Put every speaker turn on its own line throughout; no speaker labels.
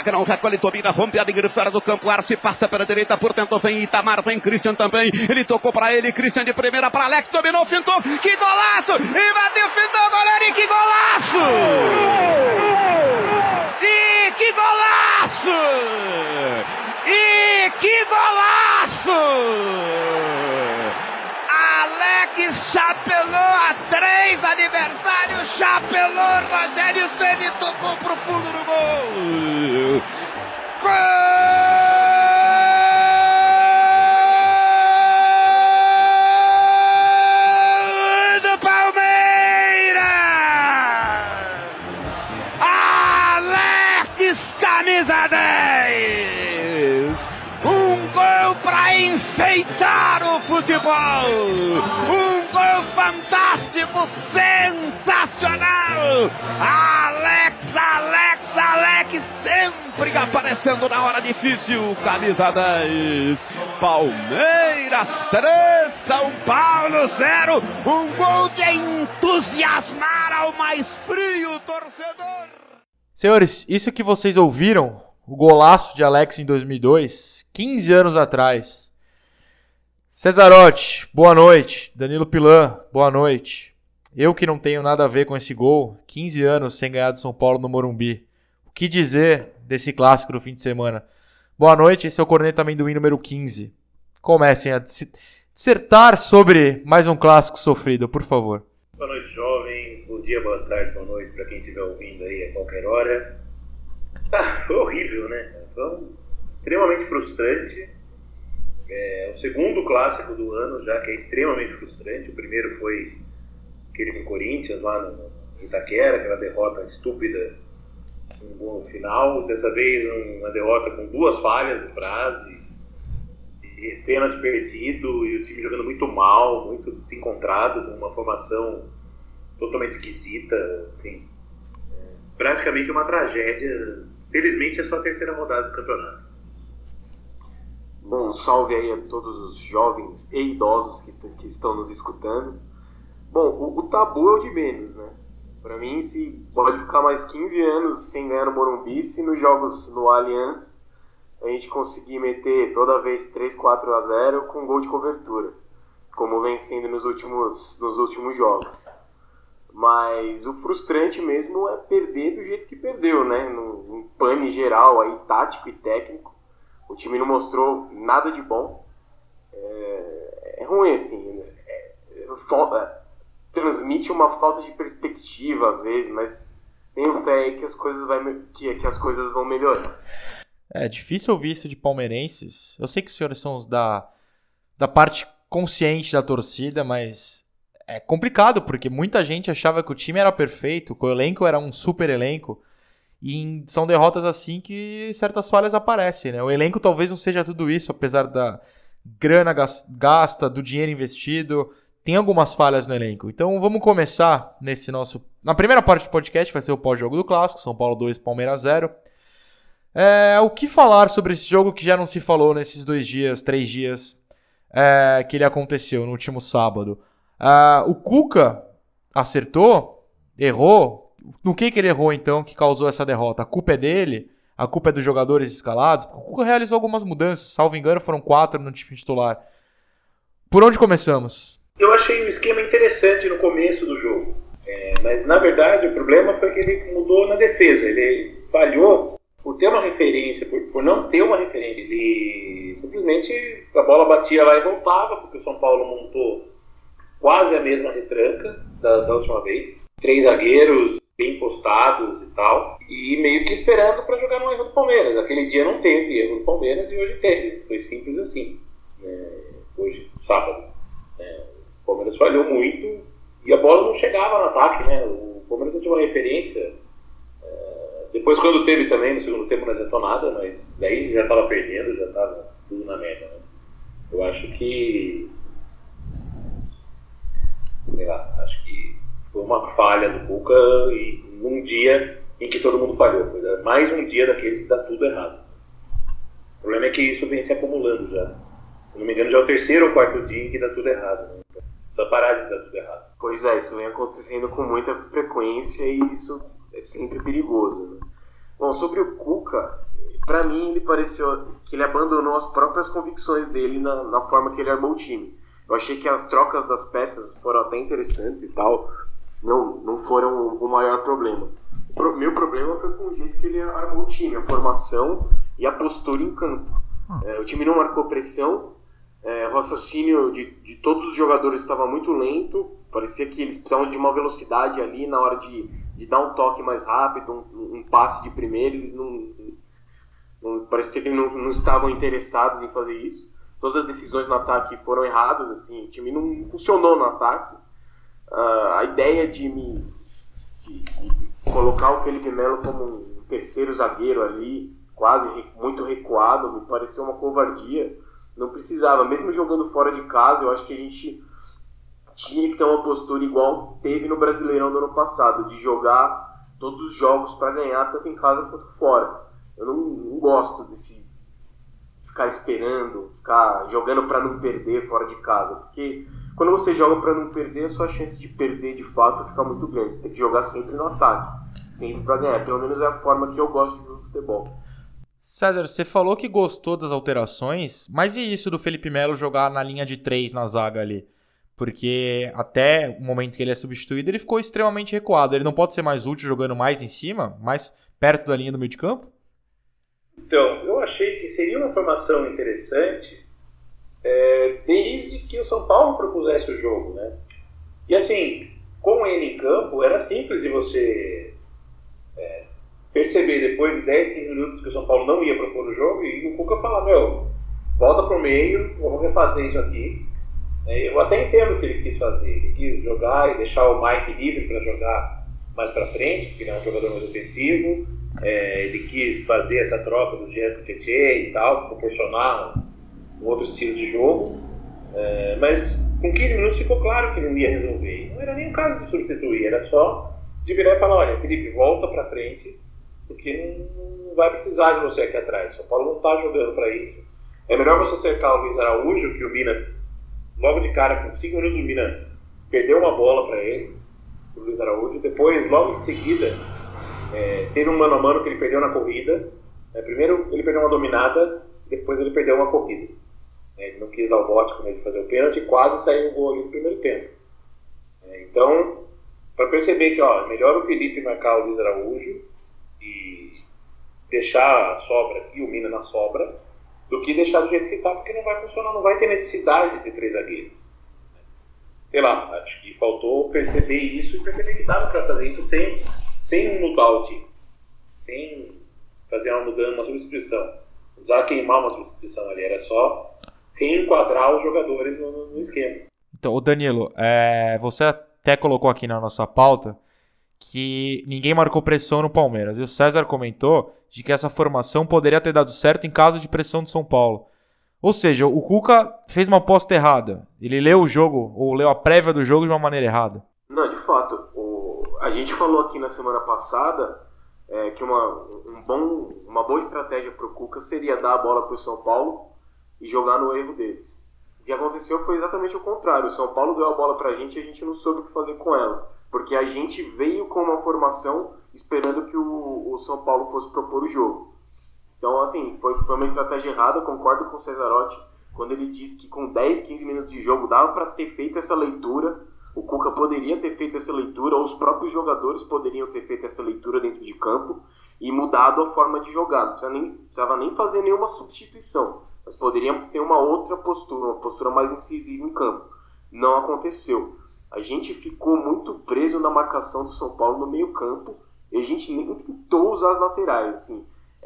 Magrão recolhe Tobira, rompe a linha de fora do campo, Arce passa pela direita, por dentro vem Itamar, vem Christian também, ele tocou pra ele, Christian de primeira para Alex, dominou, fintou, que golaço, e bateu, fintou, goleiro, e que golaço! E que golaço! E que golaço! Alex chapelou a 3, adversário chapelou, Rogério Ceni tocou pro fundo do gol. Gol do Palmeiras! Alex, camisa 10! Um gol para enfeitar o futebol! Um gol fantástico, sensacional! Alex, sempre aparecendo na hora difícil, camisa 10. Palmeiras 3, São Paulo 0. Um gol de entusiasmar ao mais frio torcedor.
Senhores, isso que vocês ouviram, o golaço de Alex em 2002, 15 anos atrás. Cesarotti, boa noite. Danilo Pilan, boa noite. Eu que não tenho nada a ver com esse gol, 15 anos sem ganhar do São Paulo no Morumbi. O que dizer desse clássico do fim de semana? Boa noite, esse é o Corneta Amendoim número 15. Comecem a dissertar sobre mais um clássico sofrido, por favor.
Boa noite, jovens. Bom dia, boa tarde, boa noite para quem estiver ouvindo aí a qualquer hora. Foi horrível, né? Foi extremamente frustrante. É o segundo clássico do ano, já que é extremamente frustrante. O primeiro foi aquele do Corinthians, lá no Itaquera, aquela derrota estúpida no gol final. Dessa vez uma derrota com 2 falhas de frase, e pênalti perdido, e o time jogando muito mal, muito desencontrado, com uma formação totalmente esquisita, assim, praticamente uma tragédia. Felizmente é só a terceira rodada do campeonato.
Bom, salve aí a todos os jovens e idosos que estão nos escutando. Bom, o tabu é o de menos, né? Pra mim, se pode ficar mais 15 anos sem ganhar no Morumbi, se nos jogos no Allianz a gente conseguir meter toda vez 3-4-0 com gol de cobertura, como vem sendo nos últimos jogos. Mas o frustrante mesmo é perder do jeito que perdeu, né? Num pane geral aí, tático e técnico. O time não mostrou nada de bom. É ruim, assim. Transmite uma falta de perspectiva às vezes, mas tenho fé aí que as coisas vão melhorar.
É difícil ouvir isso de palmeirenses. Eu sei que os senhores são da parte consciente da torcida, mas é complicado, porque muita gente achava que o time era perfeito, que o elenco era um super elenco, e são derrotas assim que certas falhas aparecem, né? O elenco talvez não seja tudo isso, apesar da grana gasta, do dinheiro investido, tem algumas falhas no elenco. Então vamos começar na primeira parte do podcast, vai ser o pós-jogo do Clássico, São Paulo 2, Palmeiras 0. O que falar sobre esse jogo que já não se falou nesses 2 dias, 3 dias que ele aconteceu no último sábado? O Cuca acertou, errou. No que ele errou então que causou essa derrota? A culpa é dele? A culpa é dos jogadores escalados? O Cuca realizou algumas mudanças, salvo engano foram 4 no time titular. Por onde começamos?
Eu achei o esquema interessante no começo do jogo, mas na verdade o problema foi que ele mudou na defesa. Ele falhou por ter uma referência, por não ter uma referência. Ele simplesmente, a bola batia lá e voltava, porque o São Paulo montou quase a mesma retranca da última vez. 3 zagueiros bem postados e tal, e meio que esperando para jogar no erro do Palmeiras. Aquele dia não teve erro do Palmeiras e hoje teve. Foi simples assim. Hoje, sábado. O Palmeiras falhou muito e a bola não chegava no ataque, né? O Palmeiras não tinha uma referência. Depois, quando teve também, no segundo tempo não adiantou nada, mas daí já estava perdendo, já estava tudo na merda, né? Eu acho que... sei lá, acho que foi uma falha do Cuca e num dia em que todo mundo falhou. Mais um dia daqueles que dá tudo errado. O problema é que isso vem se acumulando já. Se não me engano, já é o 3º ou 4º dia em que dá tudo errado, né? Só parar de dar tudo errado.
Pois é, isso vem acontecendo com muita frequência e isso é sempre perigoso, né? Bom, sobre o Cuca, pra mim ele pareceu que ele abandonou as próprias convicções dele na forma que ele armou o time. Eu achei que as trocas das peças foram até interessantes e tal, não foram o maior problema. Meu problema foi com o jeito que ele armou o time, a formação e a postura em campo. O time não marcou pressão, o raciocínio de todos os jogadores estava muito lento, parecia que eles precisavam de uma velocidade ali na hora de dar um toque mais rápido, um passe de primeiro, eles parecia que eles não estavam interessados em fazer isso. Todas as decisões no ataque foram erradas, assim, o time não funcionou no ataque. A ideia de colocar o Felipe Melo como um terceiro zagueiro ali, quase muito recuado, me pareceu uma covardia. Não precisava, mesmo jogando fora de casa, eu acho que a gente tinha que ter uma postura igual teve no Brasileirão do ano passado, de jogar todos os jogos para ganhar, tanto em casa quanto fora. Eu não gosto desse ficar esperando, ficar jogando para não perder fora de casa, porque quando você joga para não perder, a sua chance de perder de fato fica muito grande. Você tem que jogar sempre no ataque, sempre para ganhar. Pelo menos é a forma que eu gosto de ver o futebol.
César, você falou que gostou das alterações, mas e isso do Felipe Melo jogar na linha de 3 na zaga ali? Porque até o momento que ele é substituído, ele ficou extremamente recuado. Ele não pode ser mais útil jogando mais em cima, mais perto da linha do meio de campo?
Então, eu achei que seria uma formação interessante desde que o São Paulo propusesse o jogo, né? E assim, com ele em campo, era simples de você perceber depois de 10, 15 minutos que o São Paulo não ia propor o jogo e o Cuca falar, volta pro meio, vamos refazer isso aqui. Eu até entendo o que ele quis fazer, ele quis jogar e deixar o Mike livre para jogar mais para frente, porque ele é um jogador mais ofensivo, ele quis fazer essa troca do Jean com o Tietê e tal, proporcionar um outro estilo de jogo, mas com 15 minutos ficou claro que não ia resolver, e não era nem o caso de substituir, era só de virar e falar, olha, Felipe, volta para frente, porque não vai precisar de você aqui atrás, o São Paulo não está jogando para isso, é melhor você cercar o Luiz Araújo, que o Mina, logo de cara, com 5 minutos o Mina perdeu uma bola para ele, o Luiz Araújo, depois, logo em seguida, teve um mano a mano que ele perdeu na corrida, primeiro ele perdeu uma dominada, depois ele perdeu uma corrida, ele não quis dar o bote com ele fazer o pênalti, quase saiu o gol ali no primeiro tempo. Então, para perceber que é melhor o Felipe marcar o Luiz Araújo e deixar a sobra aqui, o Mina na sobra, do que deixar do jeito que está, porque não vai funcionar, não vai ter necessidade de ter 3 zagueiros. Sei lá, acho que faltou perceber isso e perceber que dava para fazer isso sem mudar o time, sem fazer uma mudança, uma substituição, usar queimar uma substituição ali, era só reenquadrar os jogadores no esquema.
Então, Danilo, você até colocou aqui na nossa pauta que ninguém marcou pressão no Palmeiras, e o César comentou de que essa formação poderia ter dado certo em caso de pressão do São Paulo. Ou seja, o Cuca fez uma aposta errada. Ele leu o jogo, ou leu a prévia do jogo de uma maneira errada.
Não, de fato. A gente falou aqui na semana passada que uma boa estratégia para o Cuca seria dar a bola para o São Paulo e jogar no erro deles. O que aconteceu foi exatamente o contrário. O São Paulo deu a bola para a gente não soube o que fazer com ela. Porque a gente veio com uma formação esperando que o São Paulo fosse propor o jogo. Então, assim, foi uma estratégia errada, concordo com o Cesarotti, quando ele disse que com 10, 15 minutos de jogo dava para ter feito essa leitura, o Cuca poderia ter feito essa leitura, ou os próprios jogadores poderiam ter feito essa leitura dentro de campo e mudado a forma de jogar. Não precisava nem fazer nenhuma substituição, mas poderiam ter uma outra postura, uma postura mais incisiva em campo. Não aconteceu. A gente ficou muito preso na marcação do São Paulo no meio campo e a gente nem tentou usar as laterais, assim.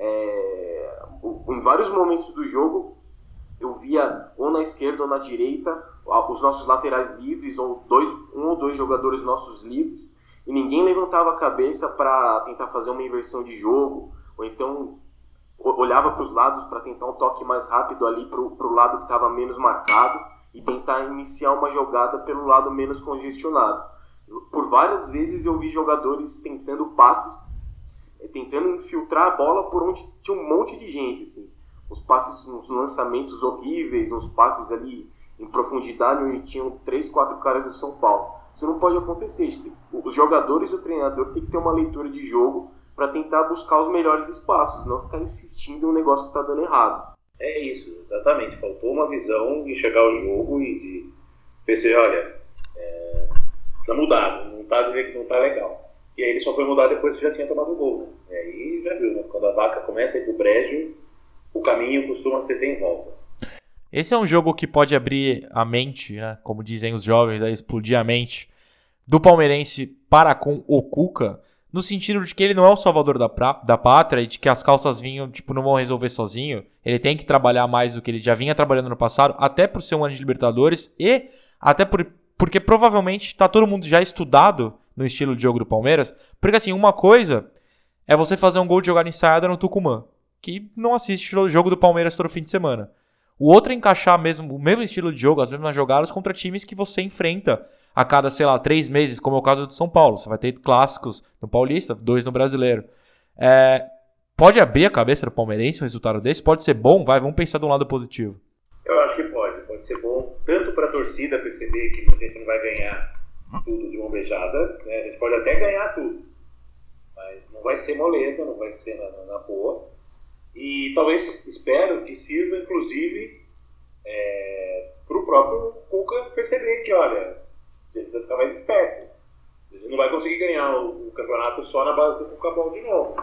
Em vários momentos do jogo eu via ou na esquerda ou na direita os nossos laterais livres ou um ou dois jogadores nossos livres e ninguém levantava a cabeça para tentar fazer uma inversão de jogo ou então olhava para os lados para tentar um toque mais rápido ali para o lado que estava menos marcado e tentar iniciar uma jogada pelo lado menos congestionado. Por várias vezes eu vi jogadores tentando passes, tentando infiltrar a bola por onde tinha um monte de gente, assim. Uns passes, uns lançamentos horríveis, uns passes ali em profundidade onde tinham 3, 4 caras do São Paulo. Isso não pode acontecer. Os jogadores e o treinador têm que ter uma leitura de jogo para tentar buscar os melhores espaços, não ficar insistindo em um negócio que está dando errado.
É isso, exatamente. Faltou uma visão de enxergar o jogo e de pensar, olha, precisa mudar, não tá legal. E aí ele só foi mudar depois que já tinha tomado o gol. Né? E aí já viu, né? Quando a vaca começa a ir pro brejo, o caminho costuma ser sem volta.
Esse é um jogo que pode abrir a mente, né? Como dizem os jovens, explodir a mente do palmeirense para com o Cuca, no sentido de que ele não é o salvador da pátria e de que as calças vinho não vão resolver sozinho. Ele tem que trabalhar mais do que ele já vinha trabalhando no passado, até por ser um ano de Libertadores e até porque provavelmente está todo mundo já estudado no estilo de jogo do Palmeiras. Porque assim, uma coisa é você fazer um gol de jogada ensaiada no Tucumã, que não assiste o jogo do Palmeiras todo fim de semana. O outro é encaixar o mesmo estilo de jogo, as mesmas jogadas contra times que você enfrenta a cada, 3 meses, como é o caso do São Paulo. Você vai ter clássicos no Paulista, 2 no Brasileiro. Pode abrir a cabeça do palmeirense um resultado desse? Pode ser bom? Vamos pensar de um lado positivo.
Eu acho que pode ser bom, tanto para a torcida perceber que a gente não vai ganhar tudo de uma beijada, né? A gente pode até ganhar tudo, mas não vai ser moleza, não vai ser na boa. E talvez, espero que sirva, inclusive, para o próprio Cuca perceber que, olha, a gente precisa ficar mais esperto. A gente não vai conseguir ganhar o campeonato só na base do Cuca-Bol de novo.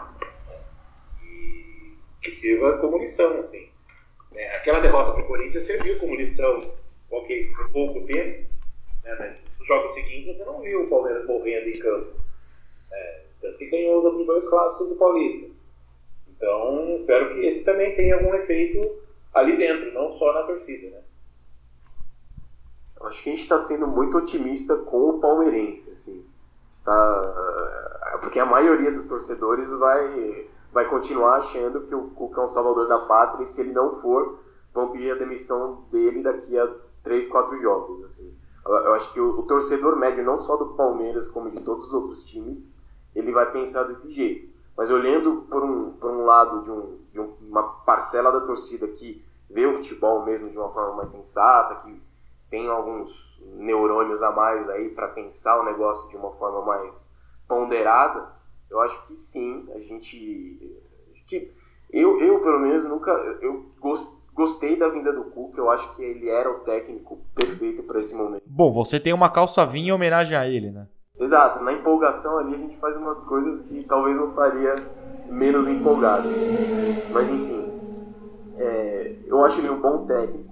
E que sirva como lição, assim. Aquela derrota para o Corinthians serviu como lição, ok, por pouco tempo, né, mas nos jogos seguintes você não viu o Palmeiras morrendo em campo. Tanto que ganhou os outros 2 clássicos do Paulista. Então, espero que esse também tenha algum efeito ali dentro, não só na torcida, né?
Eu acho que a gente está sendo muito otimista com o palmeirense, assim. Porque a maioria dos torcedores vai continuar achando que o Cuca é um salvador da pátria, e se ele não for, vão pedir a demissão dele daqui a 3, 4 jogos, assim. Eu acho que o torcedor médio, não só do Palmeiras, como de todos os outros times, ele vai pensar desse jeito. Mas olhando por um lado de uma parcela da torcida que vê o futebol mesmo de uma forma mais sensata, que tem alguns neurônios a mais aí para pensar o negócio de uma forma mais ponderada, eu acho que sim, eu pelo menos gostei da vinda do Cuca, eu acho que ele era o técnico perfeito para esse momento.
Bom, você tem uma calça vinha em homenagem a ele, né?
Exato, na empolgação ali a gente faz umas coisas que talvez não faria menos empolgado. Mas enfim, eu acho ele um bom técnico,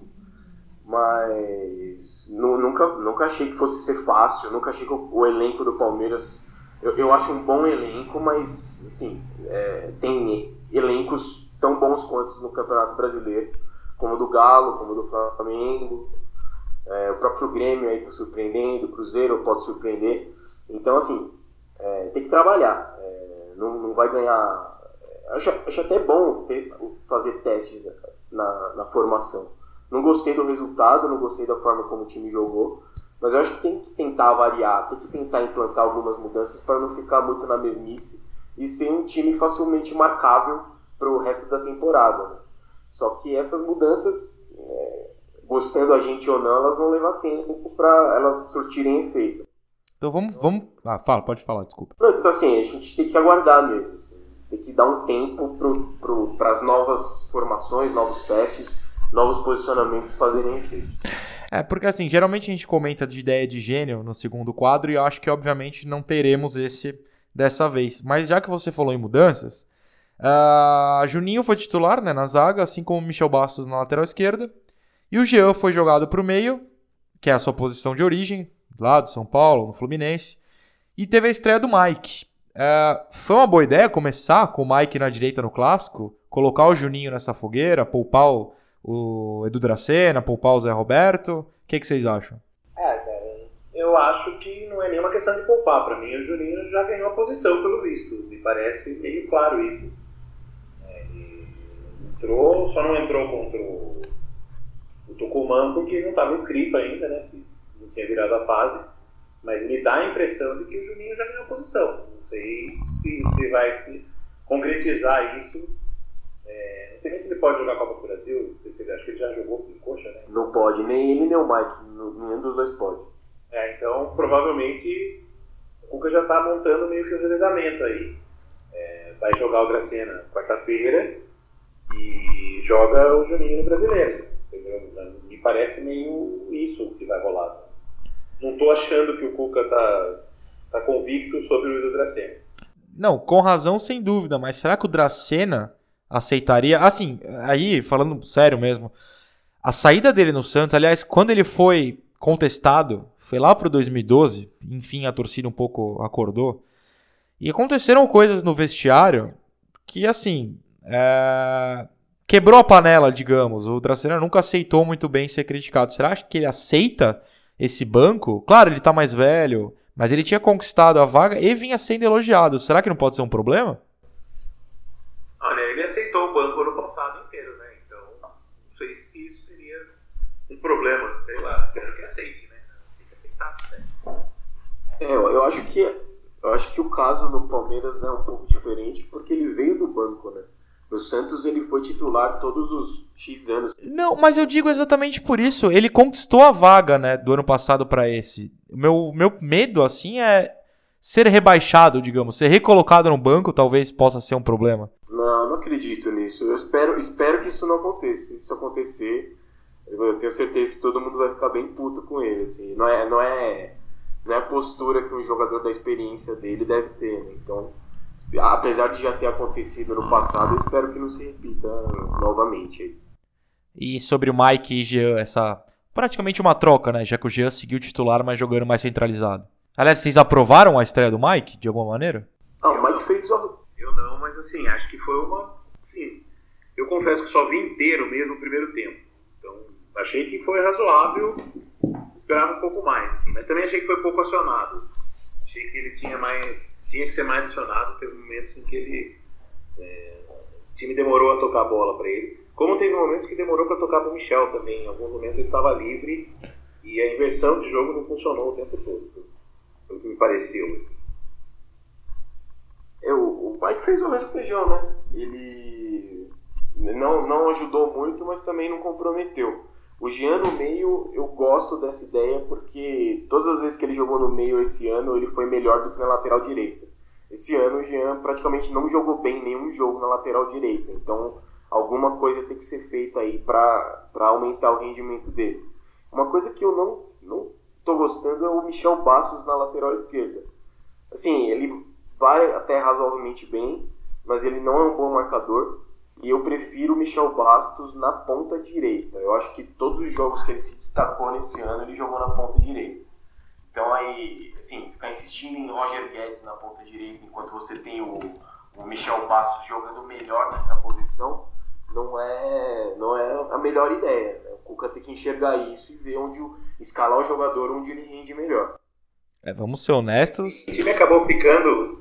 mas nunca achei que fosse ser fácil, nunca achei que o elenco do Palmeiras... Eu acho um bom elenco, mas assim, tem elencos tão bons quanto no Campeonato Brasileiro, como o do Galo, como o do Flamengo, o próprio Grêmio aí está surpreendendo, o Cruzeiro pode surpreender. Então, assim, tem que trabalhar. Não vai ganhar... Acho até bom fazer testes na formação. Não gostei do resultado, não gostei da forma como o time jogou, mas eu acho que tem que tentar variar, tem que tentar implantar algumas mudanças para não ficar muito na mesmice e ser um time facilmente marcável para o resto da temporada, né? Só que essas mudanças, gostando a gente ou não, elas vão levar tempo para elas surtirem efeito.
Então vamos... pode falar, desculpa.
Não, então assim, a gente tem que aguardar mesmo. Assim. Tem que dar um tempo para as novas formações, novos testes, novos posicionamentos fazerem efeito.
Porque assim, geralmente a gente comenta de ideia de gênio no segundo quadro e eu acho que obviamente não teremos esse dessa vez. Mas já que você falou em mudanças, Juninho foi titular, né, na zaga, assim como o Michel Bastos na lateral esquerda. E o Jean foi jogado para o meio, que é a sua posição de origem, lá do São Paulo, no Fluminense. E teve a estreia do Mike. Foi uma boa ideia começar com o Mike na direita no Clássico, colocar o Juninho nessa fogueira, poupar o Edu Dracena, poupar o Zé Roberto. O que vocês acham?
Cara, eu acho que não é nenhuma questão de poupar. Para mim, o Juninho já ganhou a posição, pelo visto. Me parece meio claro isso. Ele só não entrou contra o Tucumã porque não estava inscrito ainda, né? Não tinha virado a fase. Mas me dá a impressão de que o Juninho já ganhou a posição. Não sei se vai se concretizar isso. Não sei nem se ele pode jogar a Copa do Brasil. Não sei se ele, acho que ele já jogou com coxa, né?
Não pode, nem ele nem o Mike. Nenhum dos dois pode.
Então provavelmente o Cuca já está montando meio que um revezamento aí. Vai jogar o Dracena quarta-feira e joga o Juninho no Brasileiro. Entendeu? Me parece meio isso que vai rolar. Não tô achando que o Cuca tá convicto sobre o Edu Dracena.
Não, com razão, sem dúvida, mas será que o Dracena aceitaria? Assim, aí, falando sério mesmo, a saída dele no Santos, aliás, quando ele foi contestado, foi lá pro 2012, enfim, a torcida um pouco acordou, e aconteceram coisas no vestiário que, assim, quebrou a panela, digamos. O Dracena nunca aceitou muito bem ser criticado. Será que ele aceita esse banco? Claro, ele tá mais velho, mas ele tinha conquistado a vaga e vinha sendo elogiado. Será que não pode ser um problema?
Olha, ele aceitou o banco ano passado inteiro, né? Então, não sei se isso seria um problema. Sei lá, espero que aceite, né? Tem que aceitar, né?
Eu acho que o caso no Palmeiras é um pouco diferente, porque ele veio do banco, né? No Santos ele foi titular todos os X anos.
Não, mas eu digo exatamente por isso. Ele conquistou a vaga, né, do ano passado para esse. Meu medo, assim, é ser rebaixado, digamos. Ser recolocado no banco talvez possa ser um problema.
Não acredito nisso. Eu espero que isso não aconteça. Se isso acontecer, eu tenho certeza que todo mundo vai ficar bem puto com ele. Assim. Não é a postura que um jogador da experiência dele deve ter, né? Então, apesar de já ter acontecido no passado, eu espero que não se repita novamente.
E sobre o Mike e Jean, essa praticamente uma troca, né? Já que o Jean seguiu titular, mas jogando mais centralizado. Aliás, vocês aprovaram a estreia do Mike, de alguma maneira?
O Mike fez
Eu não, mas assim, acho que foi uma... Assim, eu confesso que só vi inteiro mesmo o primeiro tempo. Então, achei que foi razoável, esperava um pouco mais, assim, mas também achei que foi pouco acionado. Achei que ele tinha que ser mais acionado. Teve momentos em que o time demorou a tocar a bola para ele, como teve momentos que demorou para tocar para o Michel também. Em alguns momentos ele estava livre e a inversão de jogo não funcionou o tempo todo, pelo que me pareceu, assim.
O Mike fez o arroz com feijão, né? Ele não ajudou muito, mas também não comprometeu. O Jean no meio, eu gosto dessa ideia porque todas as vezes que ele jogou no meio esse ano, ele foi melhor do que na lateral direita. Esse ano o Jean praticamente não jogou bem nenhum jogo na lateral direita. Então alguma coisa tem que ser feita aí para aumentar o rendimento dele. Uma coisa que eu não tô gostando é o Michel Bastos na lateral esquerda. Assim, ele vai até razoavelmente bem, mas ele não é um bom marcador. E eu prefiro o Michel Bastos na ponta direita. Eu acho que todos os jogos que ele se destacou nesse ano, ele jogou na ponta direita. Então aí, assim, ficar insistindo em Roger Guedes na ponta direita, enquanto você tem o Michel Bastos jogando melhor nessa posição, não é a melhor ideia, né? O Cuca tem que enxergar isso e ver escalar o jogador onde ele rende melhor.
Vamos ser honestos.
O time acabou ficando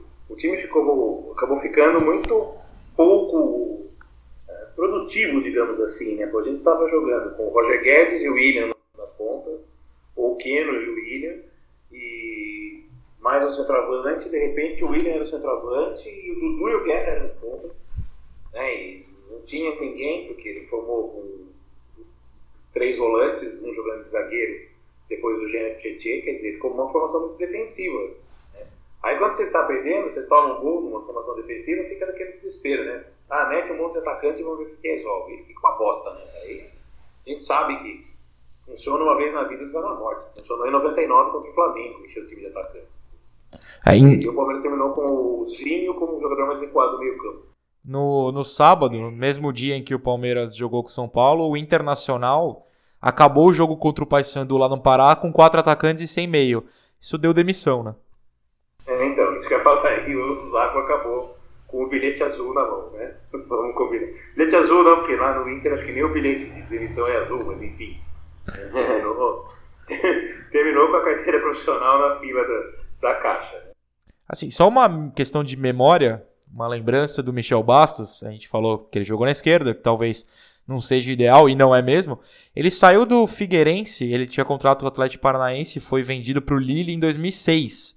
muito pouco produtivo, digamos assim, né? A gente estava jogando com o Roger Guedes e o William nas pontas, ou o Keno e o William, e mais um centroavante. De repente o William era o centroavante e o Dudu e o Guedes eram os pontas, né? E não tinha ninguém, porque ele formou com 3 volantes, um jogando de zagueiro, depois o Jean Tietê, quer dizer, ficou uma formação muito defensiva, né? Aí quando você está perdendo, você toma um gol numa formação defensiva, fica naquele desespero, né? Mete um monte de atacante e vamos ver o que resolve. E fica uma bosta, né? Aí a gente sabe que funciona uma vez na vida e vai na morte. Funcionou em 99 contra o Flamengo, encheu o time de atacante. E o Palmeiras terminou com o Zinho como o jogador mais recuado do meio campo.
No sábado, no mesmo dia em que o Palmeiras jogou com o São Paulo, o Internacional acabou o jogo contra o Paysandu lá no Pará com 4 atacantes e sem meio. Isso deu demissão, né?
Então, isso que eu ia falar aí, o Zago acabou com o bilhete azul na mão, né? Vamos combinar. Bilhete azul não, porque lá no Inter acho que nem o bilhete de demissão é azul, mas enfim. Terminou com a carteira profissional na fila da Caixa. Né?
Assim, só uma questão de memória, uma lembrança do Michel Bastos, a gente falou que ele jogou na esquerda, que talvez não seja ideal, e não é mesmo. Ele saiu do Figueirense, ele tinha contrato com o Atlético Paranaense e foi vendido para o Lille em 2006.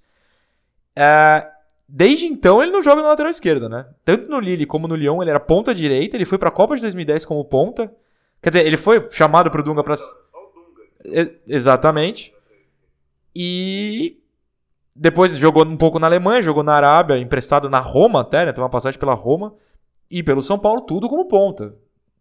Desde então ele não joga na lateral esquerda, né? Tanto no Lille como no Lyon ele era ponta direita, ele foi para a Copa de 2010 como ponta. Quer dizer, ele foi chamado para o Dunga para... Exatamente. E Depois jogou um pouco na Alemanha, jogou na Arábia, emprestado na Roma até, né? Tem uma passagem pela Roma. E pelo São Paulo, tudo como ponta.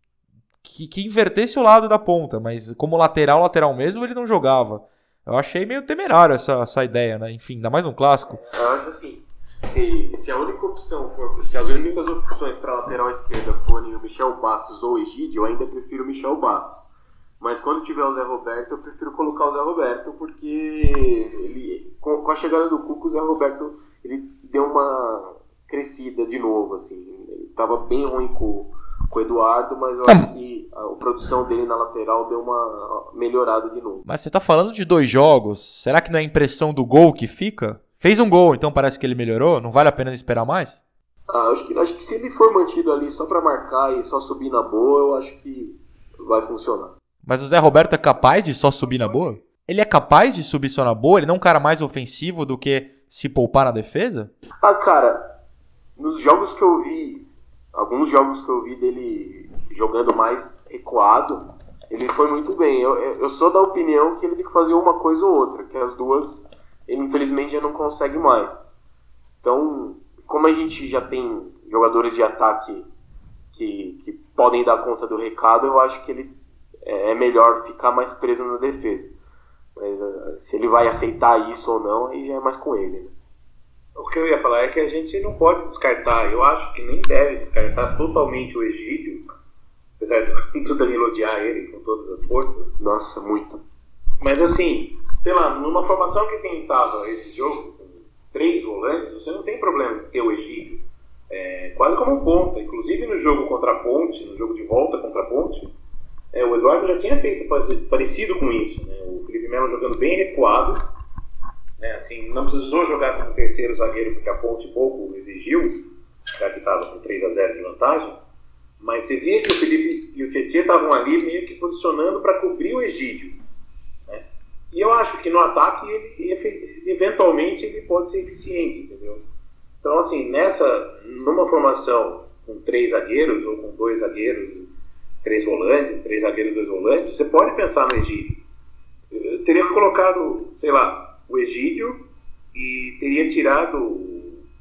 Que invertesse o lado da ponta, mas como lateral mesmo, ele não jogava. Eu achei meio temerário essa ideia, né? Enfim, ainda mais um clássico.
Eu acho assim, se a única opção for, se as únicas opções para lateral esquerda forem o Michel Bastos ou o Egídio, eu ainda prefiro o Michel Bastos. Mas quando tiver o Zé Roberto, eu prefiro colocar o Zé Roberto, porque ele, com a chegada do Cuca, o Zé Roberto ele deu uma crescida de novo, assim. Ele estava bem ruim com o Eduardo, mas eu acho que a produção dele na lateral deu uma melhorada de novo.
Mas você tá falando de 2 jogos, será que não é a impressão do gol que fica? Fez um gol, então parece que ele melhorou? Não vale a pena esperar mais?
Acho que se ele for mantido ali só para marcar e só subir na boa, eu acho que vai funcionar.
Mas o Zé Roberto é capaz de só subir na boa? Ele é capaz de subir só na boa? Ele não é um cara mais ofensivo do que se poupar na defesa?
Cara, nos jogos que eu vi, alguns jogos que eu vi dele jogando mais recuado, ele foi muito bem. Eu sou da opinião que ele tem que fazer uma coisa ou outra, que as duas ele infelizmente já não consegue mais. Então, como a gente já tem jogadores de ataque que podem dar conta do recado, eu acho que ele é melhor ficar mais preso na defesa. Mas se ele vai aceitar isso ou não, aí já é mais com ele, né?
O que eu ia falar é que a gente não pode descartar, eu acho que nem deve descartar totalmente o Egídio, apesar de o Danilo odiar ele com todas as forças.
Nossa, muito.
Mas assim, sei lá, numa formação que tentava esse jogo, com 3 volantes, você não tem problema de ter o Egídio quase como um ponta. Inclusive no jogo contra a Ponte, no jogo de volta contra a Ponte, o Eduardo já tinha feito parecido com isso, né? O Felipe Melo jogando bem recuado, né? Assim, não precisou jogar como terceiro zagueiro porque a Ponte pouco exigiu, já que estava com 3-0 de vantagem, mas você via que o Felipe e o Tietê estavam ali meio que posicionando para cobrir o Egídio, né? E eu acho que no ataque ele eventualmente ele pode ser eficiente, entendeu? Então assim, numa formação com 3 zagueiros ou com 2 zagueiros, 3 volantes, 3 zagueiros, 2 volantes, você pode pensar no Egídio. Eu teria colocado, sei lá, o Egídio e teria tirado...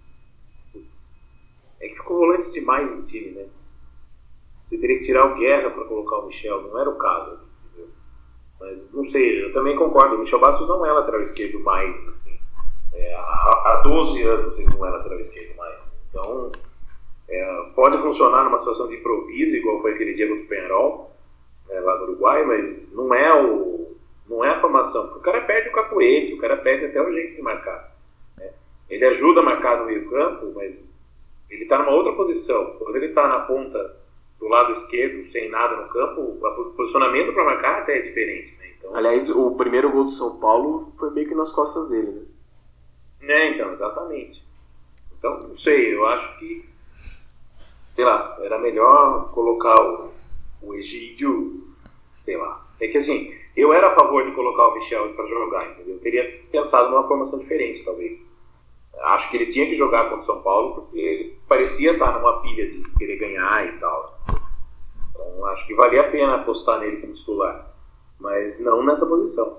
É que ficou volante demais no time, né? Você teria que tirar o Guerra para colocar o Michel, não era o caso, entendeu? Mas não sei, eu também concordo, o Michel Bastos não é lateral esquerdo mais, assim. Há 12 anos ele não é lateral esquerdo mais. Então... pode funcionar numa situação de improviso, igual foi aquele dia contra o Peñarol, lá no Uruguai, mas não é a formação, porque o cara perde o cacuete, o cara perde até o jeito de marcar, né? Ele ajuda a marcar no meio campo, mas ele está numa outra posição. Quando ele está na ponta do lado esquerdo, sem nada no campo, o posicionamento para marcar até é diferente, né? Então,
aliás, o primeiro gol do São Paulo foi meio que nas costas dele, né?
Então, exatamente. Então, não sei, eu acho que sei lá, era melhor colocar o Egídio, sei lá. É que assim, eu era a favor de colocar o Michel para jogar, entendeu? Eu teria pensado numa formação diferente, talvez. Acho que ele tinha que jogar contra o São Paulo, porque ele parecia estar numa pilha de querer ganhar e tal. Então, acho que valia a pena apostar nele como titular, mas não nessa posição.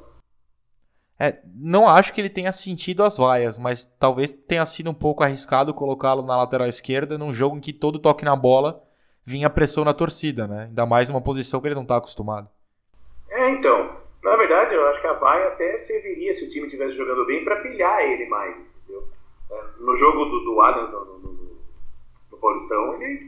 Não acho que ele tenha sentido as vaias, mas talvez tenha sido um pouco arriscado colocá-lo na lateral esquerda num jogo em que todo toque na bola vinha pressão na torcida, né? Ainda mais numa posição que ele não está acostumado.
Então, na verdade eu acho que a vaia até serviria se o time estivesse jogando bem para pilhar ele mais, entendeu? No jogo do Allianz no Paulistão, ele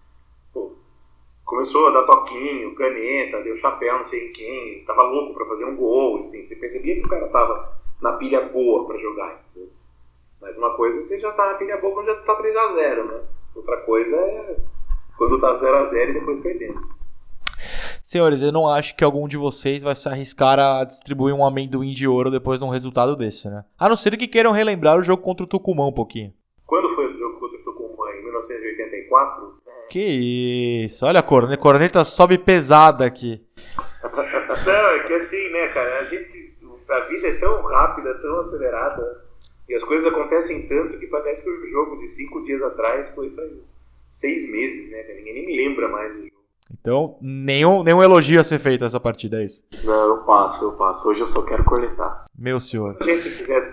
começou a dar toquinho, caneta, deu chapéu, não sei em quem, tava louco pra fazer um gol, assim, você percebia que o cara tava na pilha boa pra jogar, entendeu? Mas uma coisa é você já tá na pilha boa quando já tá 3-0, né? Outra coisa é quando tá 0-0 e depois perdendo.
Senhores, eu não acho que algum de vocês vai se arriscar a distribuir um amendoim de ouro depois de um resultado desse, né? A não ser que queiram relembrar o jogo contra o Tucumã um pouquinho.
Quando foi o jogo contra o Tucumã? Em 1984?
Que isso, olha a corneta sobe pesada aqui.
Não, é que assim, né, cara, a vida é tão rápida, tão acelerada, e as coisas acontecem tanto que parece que o jogo de 5 dias atrás foi faz 6 meses, né, ninguém nem me lembra mais do jogo.
Então, nenhum elogio a ser feito essa partida, é isso?
Não, eu passo. Hoje eu só quero cornetar.
Meu senhor.
Quando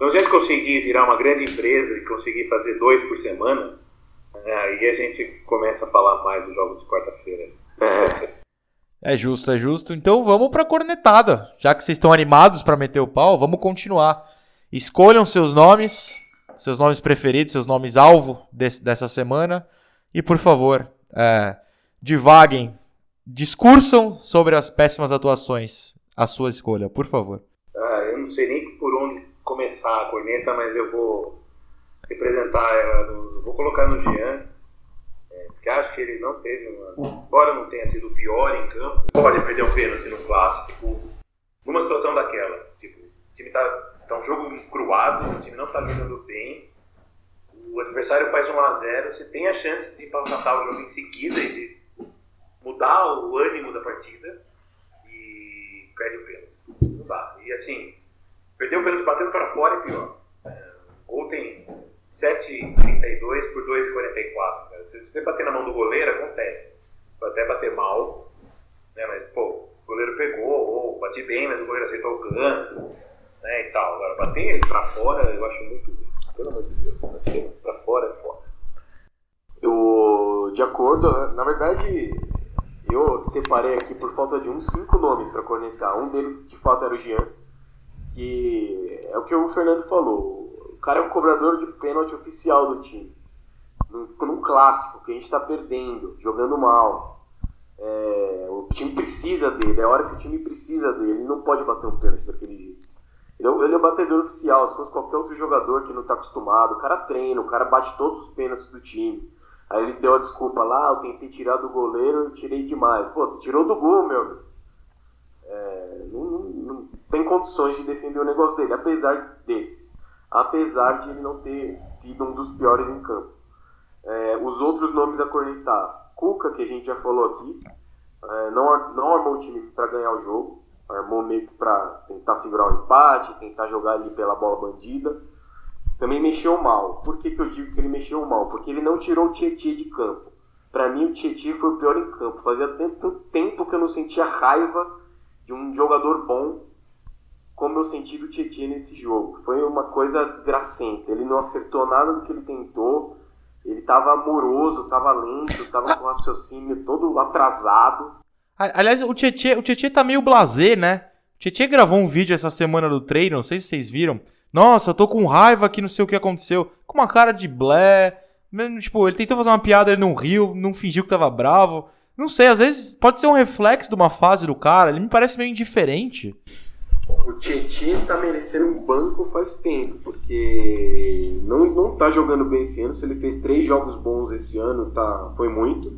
Quando a gente conseguir virar uma grande empresa e conseguir fazer 2 por semana, aí a gente começa a falar mais dos jogos de quarta-feira.
É justo. Então vamos pra cornetada. Já que vocês estão animados pra meter o pau, vamos continuar. Escolham seus nomes preferidos, seus nomes alvo dessa semana. E, por favor, divaguem, discursam sobre as péssimas atuações. A sua escolha, por favor.
Eu não sei nem por onde começar a corneta, mas eu vou representar vou colocar no Jean, porque acho que ele não teve embora não tenha sido o pior em campo, pode perder um pênalti no clássico, numa situação daquela, tipo, o time tá um jogo encruado, o time não tá jogando bem, o adversário faz 1-0, você tem a chance de empatar o jogo em seguida e de mudar o ânimo da partida e perde o pênalti. Não dá. E assim, perder o pênalti batendo para fora é pior. O gol tem 7,32 por 2,44. Se você bater na mão do goleiro, acontece. Pode até bater mal, né? Mas, pô, o goleiro pegou, ou bati bem, mas o goleiro aceitou o canto, né? E tal. Agora, bater ele para fora, eu acho muito ruim. Pelo amor de Deus, bater para fora é foda.
De acordo, na verdade, eu separei aqui por falta de 5 nomes para cornetar. Um deles, de fato, era o Jean, que é o que o Fernando falou. O cara é o cobrador de pênalti oficial do time. Num clássico, que a gente está perdendo, jogando mal. O time precisa dele, é a hora que o time precisa dele. Ele não pode bater um pênalti daquele jeito. Ele é o batedor oficial. Se fosse qualquer outro jogador que não está acostumado, o cara treina, o cara bate todos os pênaltis do time. Aí ele deu a desculpa lá, eu tentei tirar do goleiro e tirei demais. Pô, você tirou do gol, meu amigo. Não tem condições de defender o negócio dele, apesar de ele não ter sido um dos piores em campo. Os outros nomes a cornetar: Cuca, que a gente já falou aqui, não armou o time para ganhar o jogo, armou meio que para tentar segurar o empate, tentar jogar ali pela bola bandida. Também mexeu mal. Por que eu digo que ele mexeu mal? Porque ele não tirou o Tietê de campo. Para mim, o Tietê foi o pior em campo. Fazia tanto tempo que eu não sentia raiva de um jogador bom como eu senti do Tietê nesse jogo. Foi uma coisa desgracenta. Ele não acertou nada do que ele tentou. Ele estava moroso, estava lento, estava com o raciocínio todo atrasado.
Aliás, o Tietê tá meio blasé, né? O Tietê gravou um vídeo essa semana do treino, não sei se vocês viram. Nossa, eu tô com raiva que não sei o que aconteceu. Com uma cara de blé. Tipo, ele tentou fazer uma piada, ele não riu, não fingiu que tava bravo. Não sei, às vezes pode ser um reflexo de uma fase do cara. Ele me parece meio indiferente.
O Tietê tá merecendo um banco faz tempo, porque não tá jogando bem esse ano. Se ele fez 3 jogos bons esse ano, foi muito.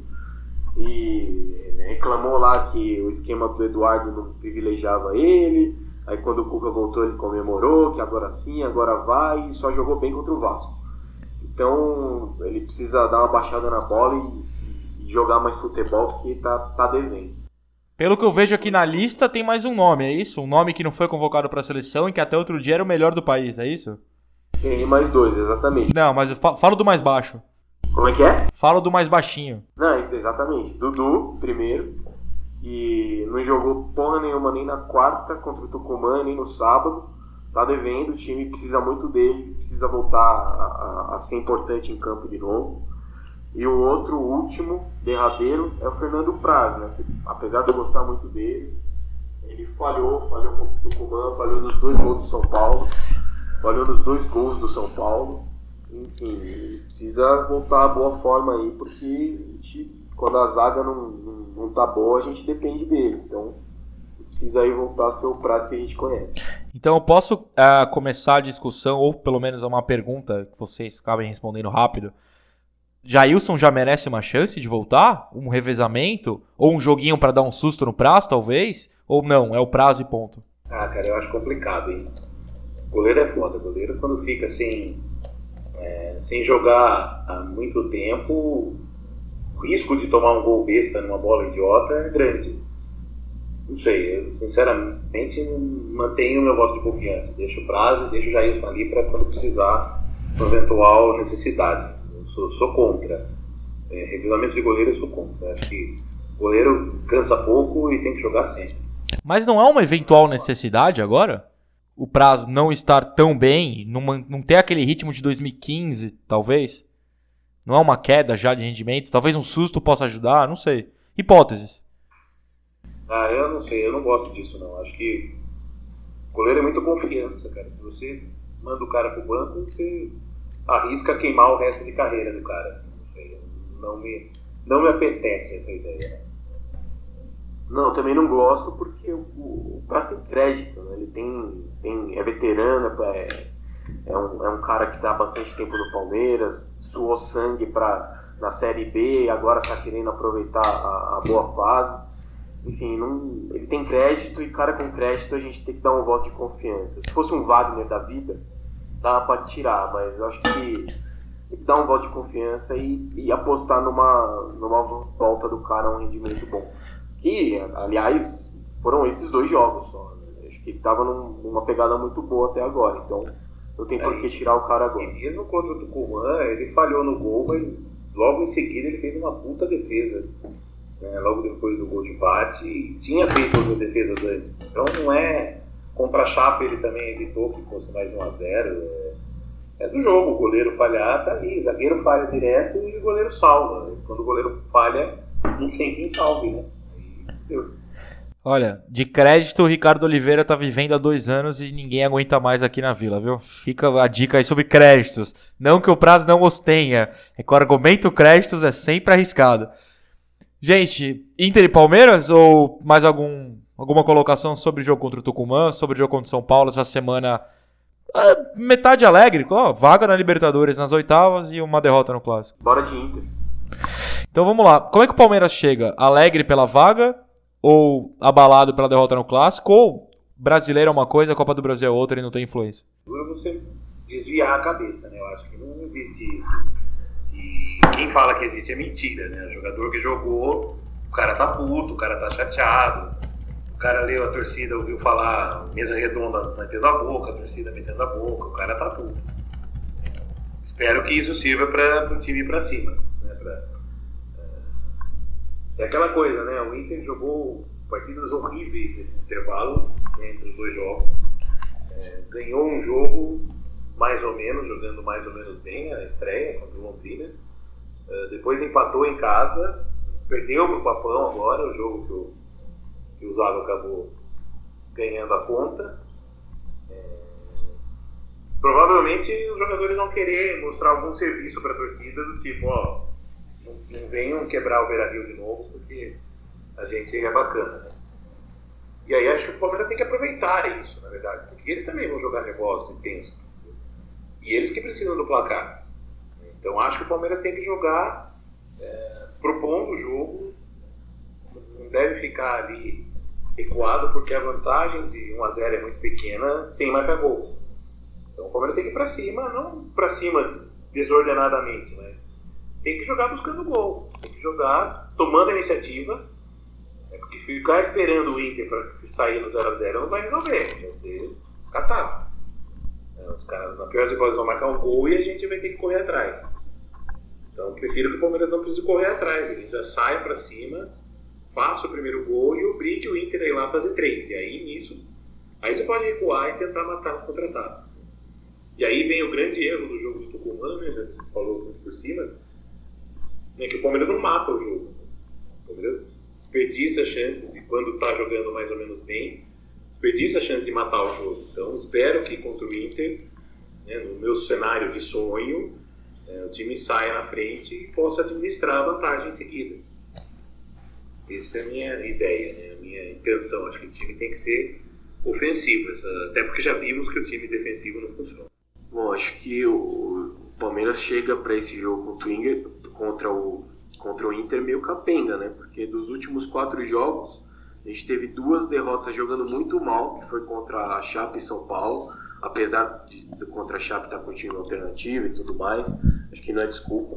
E reclamou lá que o esquema do Eduardo não privilegiava ele. Aí quando o Cuca voltou ele comemorou, que agora sim, agora vai, e só jogou bem contra o Vasco. Então ele precisa dar uma baixada na bola e jogar mais futebol, porque tá devendo.
Pelo que eu vejo aqui na lista, tem mais um nome, é isso? Um nome que não foi convocado para a seleção e que até outro dia era o melhor do país, é isso?
Tem mais 2, exatamente.
Não, mas eu falo do mais baixo.
Como é que é?
Falo do mais baixinho.
Não, exatamente. Dudu, primeiro. E não jogou porra nenhuma nem na quarta contra o Tucumã, nem no sábado. Tá devendo, o time precisa muito dele, precisa voltar a ser importante em campo de novo. E o outro, o último, derradeiro, é o Fernando Praz, né? Que, apesar de eu gostar muito dele, ele falhou contra o Tucumã, falhou nos 2 gols do São Paulo, falhou nos 2 gols do São Paulo. Enfim, ele precisa voltar à boa forma aí, porque quando a zaga não tá boa, a gente depende dele. Então, precisa aí voltar a ser o Praz que a gente conhece.
Então, eu posso começar a discussão, ou pelo menos uma pergunta que vocês acabem respondendo rápido. Jailson já merece uma chance de voltar? Um revezamento? Ou um joguinho pra dar um susto no Praz, talvez? Ou não, é o Praz e ponto?
Cara, eu acho complicado, hein? Goleiro é foda. Goleiro, quando fica sem jogar há muito tempo, o risco de tomar um gol besta numa bola idiota é grande. Não sei, eu sinceramente mantenho o meu voto de confiança. Deixo o Praz e deixo o Jailson ali para quando precisar, uma eventual necessidade. Eu sou contra. Regulamento de goleiro eu sou contra. Acho que o goleiro cansa pouco e tem que jogar sempre.
Mas não é uma eventual necessidade agora? o Praz não estar tão bem, não ter aquele ritmo de 2015, talvez? Não é uma queda já de rendimento? Talvez um susto possa ajudar? Não sei. Hipóteses.
Eu não sei, eu não gosto disso não. Acho que o goleiro é muito confiança, cara. Se você manda o cara pro banco, você arrisca queimar o resto de carreira do cara. Assim, não sei, não me apetece essa ideia, né?
Não, também não gosto porque o Praz tem crédito, né? Ele é veterano, é um cara que está há bastante tempo no Palmeiras, suou sangue na Série B e agora está querendo aproveitar a boa fase. Enfim, ele tem crédito e cara com crédito a gente tem que dar um voto de confiança. Se fosse um Wagner da vida, dá para tirar, mas eu acho que tem que dar um voto de confiança e apostar numa volta do cara a um rendimento bom. Que, aliás, foram esses 2 jogos só. Né? Acho que ele estava numa pegada muito boa até agora, então não tem por que tirar o cara agora.
E mesmo contra o Tucumã, ele falhou no gol, mas logo em seguida ele fez uma puta defesa. Né? Logo depois do gol de empate, e tinha feito outras defesas antes. Então não é... Contra a Chape ele também evitou que fosse mais de 1-0. É do jogo, o goleiro falhar, tá ali. O zagueiro falha direto e o goleiro salva. Quando o goleiro falha, não tem quem salve, né?
Olha, de crédito o Ricardo Oliveira tá vivendo há 2 anos e ninguém aguenta mais aqui na Vila, viu? Fica a dica aí sobre créditos. Não que o Praz não os tenha, é que o argumento créditos é sempre arriscado. Gente, Inter e Palmeiras ou mais alguma colocação sobre o jogo contra o Tucumã, sobre o jogo contra o São Paulo essa semana? Metade alegre, vaga na Libertadores nas oitavas e uma derrota no Clássico.
Bora de Inter.
Então vamos lá, como é que o Palmeiras chega? Alegre pela vaga? Ou abalado pela derrota no Clássico, ou brasileiro é uma coisa, a Copa do Brasil é outra e não tem influência?
Você desviar a cabeça, né? Eu acho que não existe isso. E quem fala que existe é mentira, né? O jogador que jogou, o cara tá puto, o cara tá chateado, o cara leu a torcida, ouviu falar mesa redonda metendo a boca, a torcida metendo a boca, o cara tá puto. Espero que isso sirva para o time ir pra cima, né? É aquela coisa, né? O Inter jogou partidas horríveis nesse intervalo, né, entre os 2 jogos. Ganhou um jogo mais ou menos, jogando mais ou menos bem a estreia contra o Londrina. Depois empatou em casa, perdeu pro Papão agora, o jogo que o Zago acabou ganhando a conta. Provavelmente os jogadores vão querer mostrar algum serviço para a torcida do tipo, não venham quebrar o Beira-Rio de novo, porque a gente é bacana, né? E aí acho que o Palmeiras tem que aproveitar isso, na verdade, porque eles também vão jogar negócio intenso. E eles que precisam do placar. Então acho que o Palmeiras tem que jogar propondo o jogo, não deve ficar ali recuado, porque a vantagem de 1-0 é muito pequena sem marcar gol. Então o Palmeiras tem que ir pra cima, não pra cima desordenadamente, mas tem que jogar buscando gol, tem que jogar tomando a iniciativa, porque ficar esperando o Inter para sair no 0-0 não vai resolver, vai ser catástrofe. Os caras, na pior das hipóteses, vão marcar um gol e a gente vai ter que correr atrás. Então eu prefiro que o Palmeiras não precise correr atrás, ele já saia para cima, faça o primeiro gol e obrigue o Inter a ir lá fazer 3. E aí nisso, aí você pode recuar e tentar matar o contra-ataque. E aí vem o grande erro do jogo do Tucumã, né, já falou muito por cima, é que o Palmeiras não mata o jogo. O Palmeiras desperdiça chances, e quando está jogando mais ou menos bem, desperdiça a chance de matar o jogo. Então espero que contra o Inter, né, no meu cenário de sonho, o time saia na frente e possa administrar a vantagem em seguida. Essa é a minha ideia, né, a minha intenção. Acho que o time tem que ser ofensivo, até porque já vimos que o time defensivo não funciona.
Bom, acho que o Palmeiras chega para esse jogo contra o Inter meio capenga, né? Porque dos últimos 4 jogos, a gente teve 2 derrotas jogando muito mal, que foi contra a Chape e São Paulo, apesar de contra a Chape estar com o time alternativo e tudo mais, acho que não é desculpa.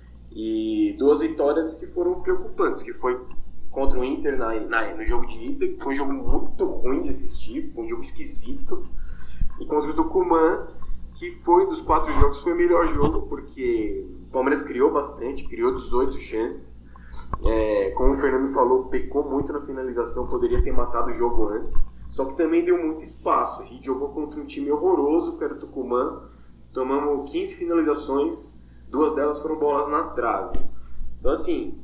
E 2 vitórias que foram preocupantes, que foi contra o Inter no jogo de ida, que foi um jogo muito ruim de assistir, um jogo esquisito, e contra o Tucumã, que foi dos 4 jogos, foi o melhor jogo, porque o Palmeiras criou bastante, criou 18 chances. Como o Fernando falou, pecou muito na finalização, poderia ter matado o jogo antes. Só que também deu muito espaço. A gente jogou contra um time horroroso, que era o Tucumã. Tomamos 15 finalizações, 2 delas foram bolas na trave. Então, assim,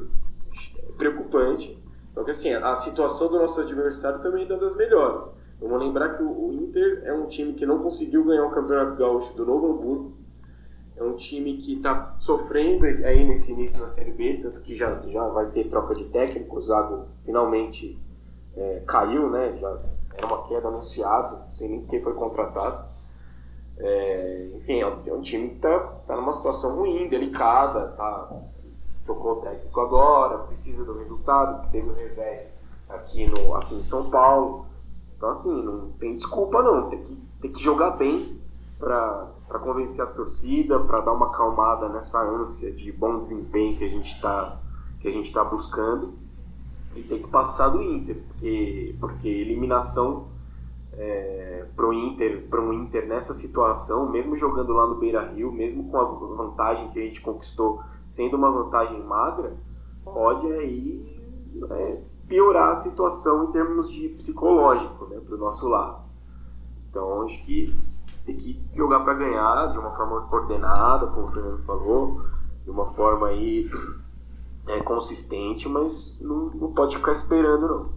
é preocupante. Só que, assim, a situação do nosso adversário também é das melhores. Vamos lembrar que o Inter é um time que não conseguiu ganhar o Campeonato Gaúcho do Novo Hamburgo. É um time que está sofrendo aí nesse início da Série B, tanto que já vai ter troca de técnico. O Zago finalmente caiu, né? Já era uma queda anunciada, sem nem quem foi contratado. Enfim, é um time que está numa situação ruim, delicada, trocou o técnico agora, precisa do resultado, que teve o revés aqui em São Paulo. Então, assim, não tem desculpa não, tem que jogar bem para convencer a torcida, para dar uma acalmada nessa ânsia de bom desempenho que a gente tá buscando, e tem que passar do Inter, porque eliminação para um Inter nessa situação, mesmo jogando lá no Beira-Rio, mesmo com a vantagem que a gente conquistou, sendo uma vantagem magra, pode aí piorar a situação em termos de psicológico, né, para o nosso lado. Então, acho que tem que jogar para ganhar de uma forma coordenada, como o Fernando falou, de uma forma aí consistente, mas não pode ficar esperando, não.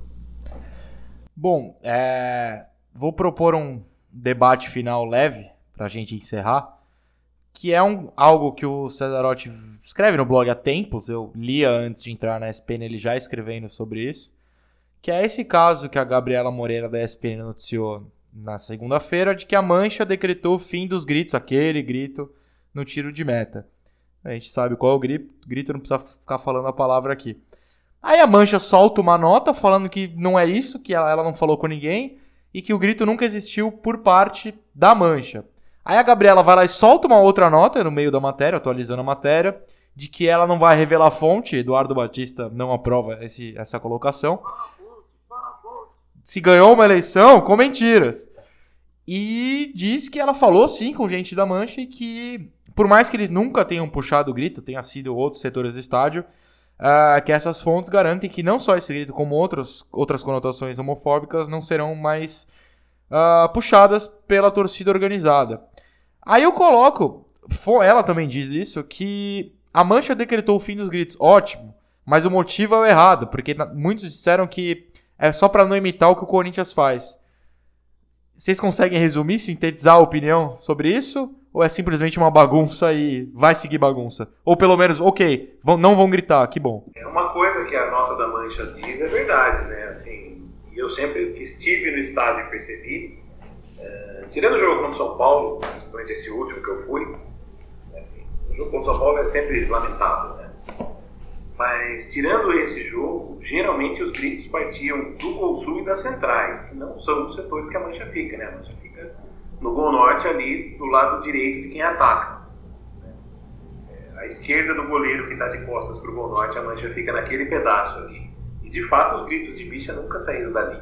Bom, vou propor um debate final leve para a gente encerrar, que é algo que o Cesarotti escreve no blog há tempos. Eu lia antes de entrar na ESPN ele já escrevendo sobre isso, que é esse caso que a Gabriela Moreira da ESPN noticiou na segunda-feira, de que a Mancha decretou o fim dos gritos, aquele grito no tiro de meta. A gente sabe qual é o grito, não precisa ficar falando a palavra aqui. Aí a Mancha solta uma nota falando que não é isso, que ela não falou com ninguém e que o grito nunca existiu por parte da Mancha. Aí a Gabriela vai lá e solta uma outra nota no meio da matéria, atualizando a matéria, de que ela não vai revelar a fonte. Eduardo Batista não aprova essa colocação. Se ganhou uma eleição com mentiras. E diz que ela falou sim com gente da Mancha e que, por mais que eles nunca tenham puxado o grito, tenha sido outros setores do estádio, que essas fontes garantem que não só esse grito, como outras conotações homofóbicas não serão mais puxadas pela torcida organizada. Aí eu coloco, ela também diz isso, que a Mancha decretou o fim dos gritos. Ótimo, mas o motivo é o errado, porque muitos disseram que é só para não imitar o que o Corinthians faz. Vocês conseguem resumir, sintetizar a opinião sobre isso? Ou é simplesmente uma bagunça e vai seguir bagunça? Ou pelo menos, ok, não vão gritar, que bom.
Uma coisa que a nota da Mancha diz é verdade, né? Assim, eu sempre que estive no estádio e percebi, tirando o jogo contra o São Paulo, principalmente esse último que eu fui, o jogo contra o São Paulo é sempre lamentável, né? Mas tirando esse jogo, geralmente os gritos partiam do Gol Sul e das centrais, que não são os setores que a Mancha fica, né? A Mancha fica no Gol Norte, ali do lado direito de quem ataca. À esquerda do goleiro que está de costas para o Gol Norte, a Mancha fica naquele pedaço ali. E de fato os gritos de bicha nunca saíram dali.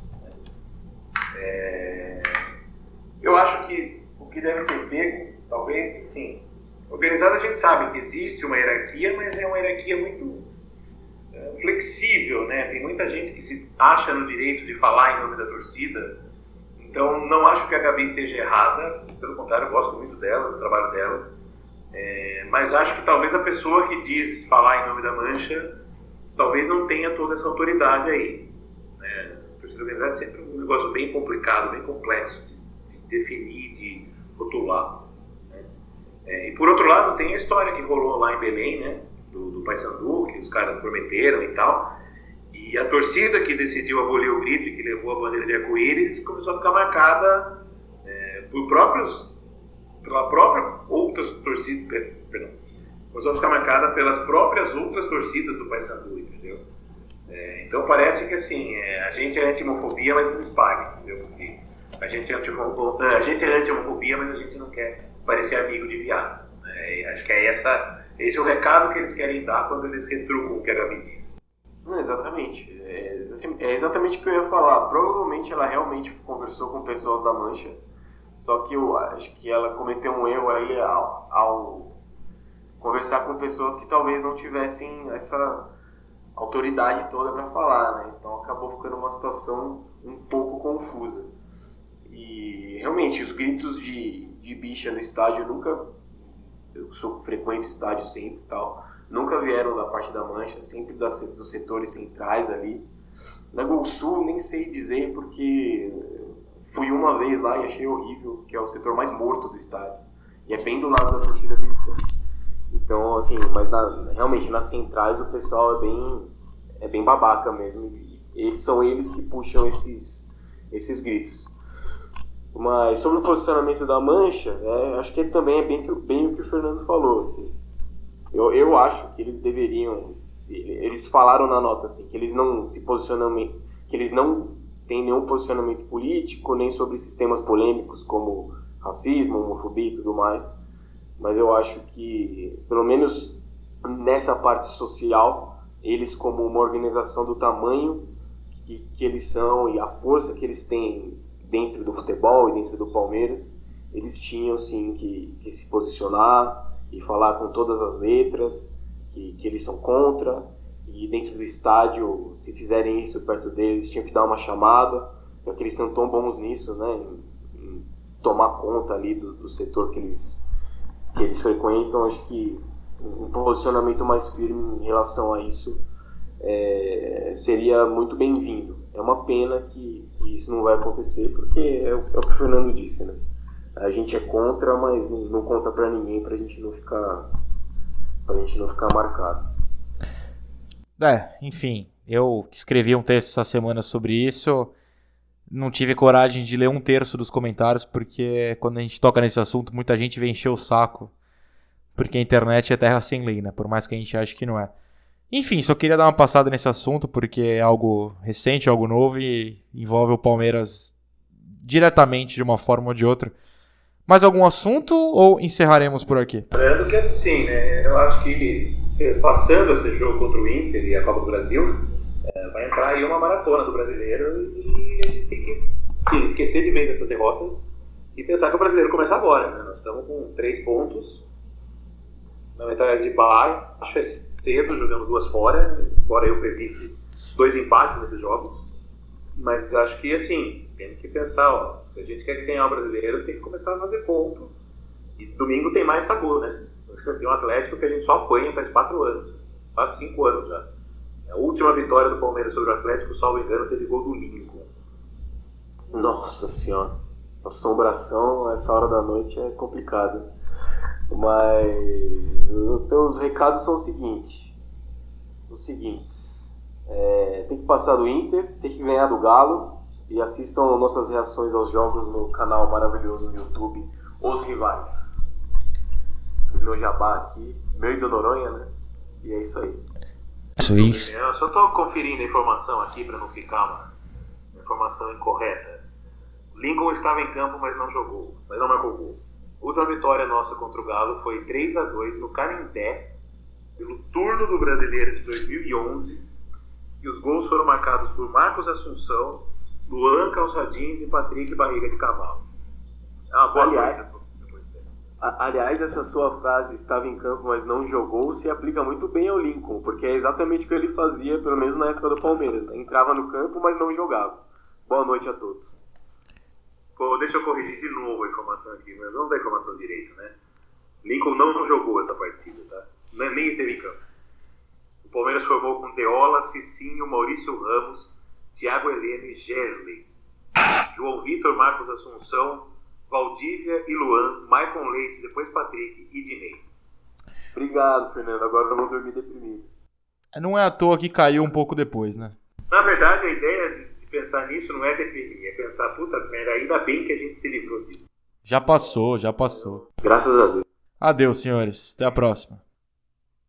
Eu acho que o que deve ter pego, talvez, sim. Organizado a gente sabe que existe uma hierarquia, mas é uma hierarquia muito flexível, né? Tem muita gente que se acha no direito de falar em nome da torcida. Então não acho que a Gabi esteja errada, pelo contrário, eu gosto muito dela, do trabalho dela. Mas acho que talvez a pessoa que diz falar em nome da Mancha talvez não tenha toda essa autoridade aí. A torcida organizada é sempre um negócio bem complicado, bem complexo de definir, de rotular. E por outro lado, tem a história que rolou lá em Belém, né, do Paysandu, que os caras prometeram e tal. E a torcida que decidiu abolir o grito e que levou a bandeira de arco-íris começou a ficar marcada pela própria outras torcidas, começou a ficar marcada pelas próprias outras torcidas do Paysandu, entendeu? Então parece que assim, a gente é anti-homofobia, mas não espalha, entendeu? Porque a gente é anti-homofobia, mas a gente não quer parecer amigo de viado. Acho que esse é o recado que eles querem dar quando eles retrucam o que a Gabi diz.
Exatamente. É exatamente o que eu ia falar. Provavelmente ela realmente conversou com pessoas da Mancha, só que eu acho que ela cometeu um erro aí ao conversar com pessoas que talvez não tivessem autoridade toda para falar, né? Então acabou ficando uma situação um pouco confusa. E realmente os gritos de bicha no estádio eu sou frequente estádio sempre e tal, nunca vieram da parte da Mancha, sempre dos setores centrais ali. Na Gol Sul nem sei dizer, porque fui uma vez lá e achei horrível, que é o setor mais morto do estádio, e é bem do lado da torcida gritando. Então, assim, mas realmente nas centrais o pessoal é bem babaca mesmo, e são eles que puxam esses gritos. Mas sobre o posicionamento da Mancha, acho que também é bem o que o Fernando falou. Assim. Eu acho que eles deveriam, eles falaram na nota assim, que eles não se posicionam, que eles não têm nenhum posicionamento político, nem sobre sistemas polêmicos como racismo, homofobia e tudo mais. Mas eu acho que, pelo menos nessa parte social, eles, como uma organização do tamanho que eles são e a força que eles têm dentro do futebol e dentro do Palmeiras, eles tinham sim que se posicionar e falar com todas as letras que eles são contra, e dentro do estádio, se fizerem isso perto deles, tinham que dar uma chamada, porque eles são tão bons nisso, né, em tomar conta ali do setor que eles frequentam. Acho que um posicionamento mais firme em relação a isso seria muito bem-vindo. É uma pena que isso não vai acontecer, porque é o que o Fernando disse, né? A gente é contra, mas não conta pra ninguém, pra gente não ficar marcado.
Enfim, eu escrevi um texto essa semana sobre isso, não tive coragem de ler 1/3 dos comentários, porque quando a gente toca nesse assunto, muita gente vem encher o saco, porque a internet é terra sem lei, né? Por mais que a gente ache que não é. Enfim, só queria dar uma passada nesse assunto, porque é algo recente, algo novo e envolve o Palmeiras diretamente de uma forma ou de outra. Mais algum assunto ou encerraremos por aqui?
Lembrando que assim, né, eu acho que passando esse jogo contra o Inter e a Copa do Brasil, vai entrar aí uma maratona do brasileiro, e a gente tem que esquecer de vez dessas derrotas e pensar que o brasileiro começa agora, né? Nós estamos com 3 pontos na metade de baixo, cedo, jogando 2 fora, embora eu previsse 2 empates nesses jogos, mas acho que assim, tem que pensar, se a gente quer ganhar o brasileiro, tem que começar a fazer ponto, e domingo tem mais tabu, né? Tem um Atlético que a gente só apanha faz 4 anos, 5 anos já. A última vitória do Palmeiras sobre o Atlético, salvo engano, teve gol do Lincoln.
Nossa senhora, assombração essa hora da noite é complicado. Mas os recados são os seguintes. Tem que passar do Inter, tem que ganhar do Galo, e assistam nossas reações aos jogos no canal maravilhoso no YouTube, Os Rivais. Fiz meu jabá aqui, meu e do Noronha, né? E é isso aí.
Isso.
Eu só estou conferindo a informação aqui para não ficar uma informação incorreta. Lincoln estava em campo, mas não jogou, mas não marcou gol. A última vitória nossa contra o Galo foi 3-2 no Canindé, pelo turno do Brasileiro de 2011, e os gols foram marcados por Marcos Assunção, Luan Calçadins e Patrick Barriga de Cavalo. É uma boa notícia.
Aliás, essa sua frase, estava em campo, mas não jogou, se aplica muito bem ao Lincoln, porque é exatamente o que ele fazia, pelo menos na época do Palmeiras, né? Entrava no campo, mas não jogava. Boa noite a todos.
Pô, deixa eu corrigir de novo a informação aqui, mas vamos dar a informação direito, né? Lincoln não jogou essa partida, tá? Nem esteve em campo. O Palmeiras formou com Deola, Cicinho, Maurício Ramos, Thiago Heleno e Gerley. João Vitor, Marcos Assunção, Valdívia e Luan, Maicon Leite, depois Patrick e Dinei.
Obrigado, Fernando. Agora eu vou dormir deprimido.
Não é à toa que caiu um pouco depois, né?
Na verdade, a ideia de pensar nisso não é deprimir, é pensar, puta merda, ainda bem que a gente se livrou disso.
Já passou.
Graças a Deus.
Adeus, senhores. Até a próxima.